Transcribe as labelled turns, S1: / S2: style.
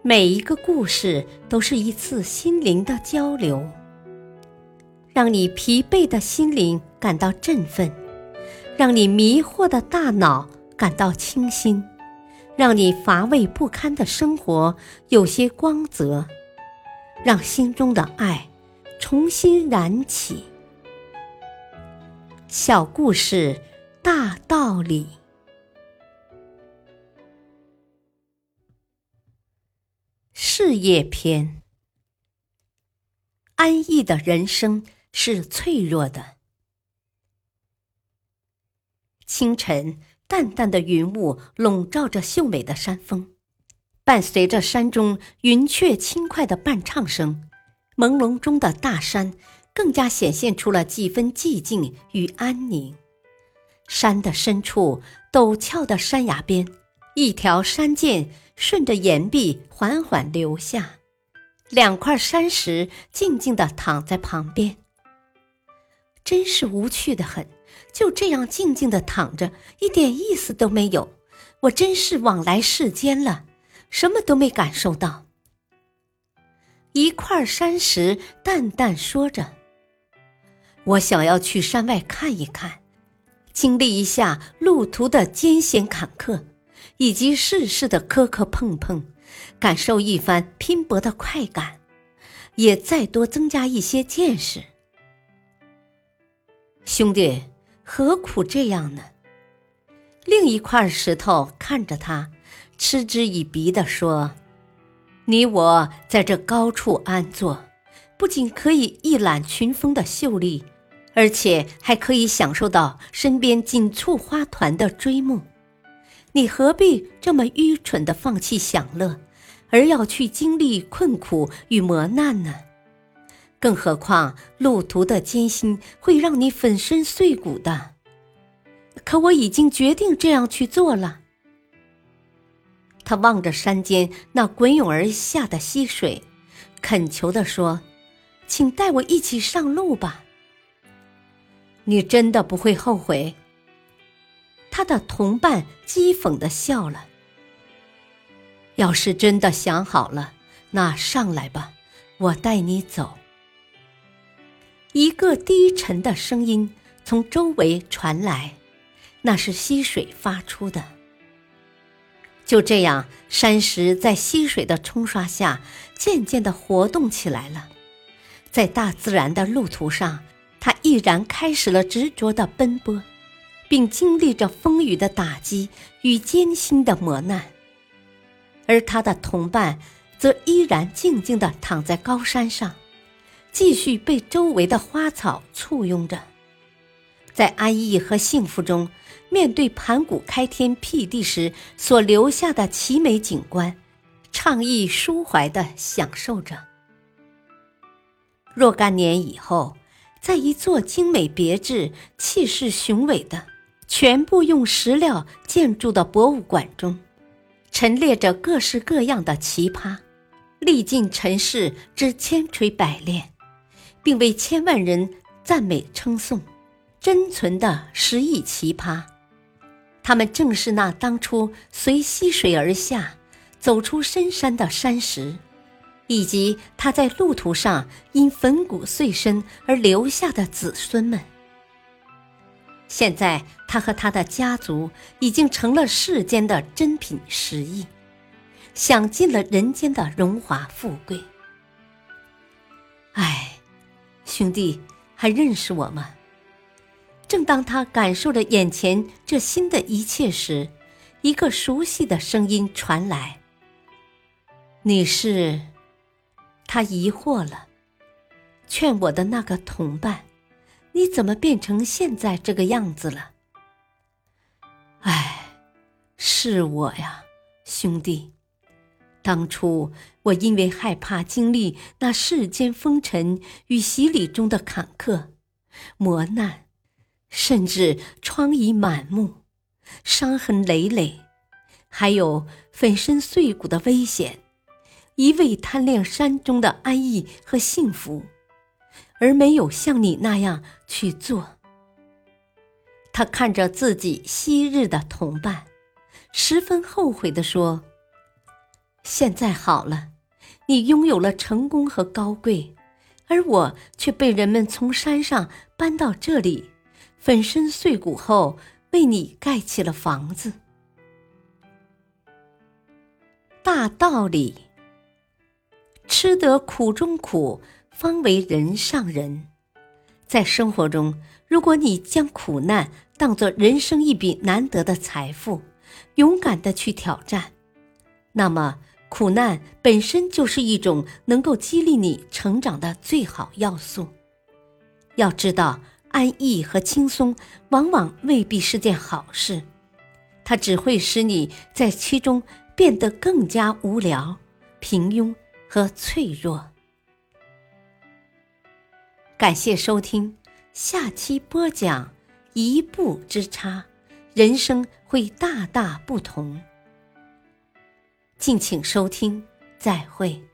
S1: 每一个故事都是一次心灵的交流，让你疲惫的心灵感到振奋，让你迷惑的大脑感到清新，让你乏味不堪的生活有些光泽，让心中的爱重新燃起。小故事，大道理。事业篇。安逸的人生是脆弱的。清晨，淡淡的云雾笼罩着秀美的山峰，伴随着山中云雀轻快的伴唱声，朦胧中的大山更加显现出了几分寂静与安宁。山的深处，陡峭的山崖边，一条山涧顺着岩壁缓缓流下，两块山石静静地躺在旁边。真是无趣的很，就这样静静地躺着，一点意思都没有。我真是往来世间了，什么都没感受到。一块山石淡淡说着，我想要去山外看一看，经历一下路途的艰险坎坷，以及世事的磕磕碰碰，感受一番拼搏的快感，也再多增加一些见识。兄弟，何苦这样呢？另一块石头看着他，嗤之以鼻地说，你我在这高处安坐，不仅可以一览群峰的秀丽，而且还可以享受到身边锦簇花团的追慕。你何必这么愚蠢地放弃享乐，而要去经历困苦与磨难呢？更何况路途的艰辛会让你粉身碎骨的。可我已经决定这样去做了。他望着山间那滚涌而下的溪水，恳求地说，请带我一起上路吧。你真的不会后悔？他的同伴讥讽地笑了。要是真的想好了，那上来吧，我带你走。一个低沉的声音从周围传来，那是溪水发出的。就这样，山石在溪水的冲刷下渐渐地活动起来了。在大自然的路途上，它毅然开始了执着的奔波，并经历着风雨的打击与艰辛的磨难。而他的同伴则依然静静地躺在高山上，继续被周围的花草簇拥着，在安逸和幸福中，面对盘古开天辟地时所留下的奇美景观，畅意抒怀地享受着。若干年以后，在一座精美别致、气势雄伟的全部用石料建筑的博物馆中，陈列着各式各样的奇葩，历尽尘世之千锤百炼，并为千万人赞美称颂，珍存的10亿奇葩。它们正是那当初随溪水而下，走出深山的山石，以及他在路途上因粉骨碎身而留下的子孙们。现在他和他的家族已经成了世间的珍品10亿，享尽了人间的荣华富贵。唉，兄弟，还认识我吗？正当他感受着眼前这新的一切时，一个熟悉的声音传来。你是？他疑惑了。劝我的那个同伴，你怎么变成现在这个样子了？唉，是我呀，兄弟。当初我因为害怕经历那世间风尘与洗礼中的坎坷、磨难，甚至疮痍满目、伤痕累累，还有粉身碎骨的危险，一味贪恋山中的安逸和幸福，而没有像你那样去做。他看着自己昔日的同伴，十分后悔地说， 现在好了，你拥有了成功和高贵，而我却被人们从山上搬到这里，粉身碎骨后为你盖起了房子。大道理，吃得苦中苦，方为人上人。在生活中，如果你将苦难当作人生一笔难得的财富，勇敢地去挑战，那么苦难本身就是一种能够激励你成长的最好要素。要知道，安逸和轻松往往未必是件好事，它只会使你在其中变得更加无聊、平庸和脆弱。感谢收听，下期播讲一步之差，人生会大大不同。敬请收听，再会。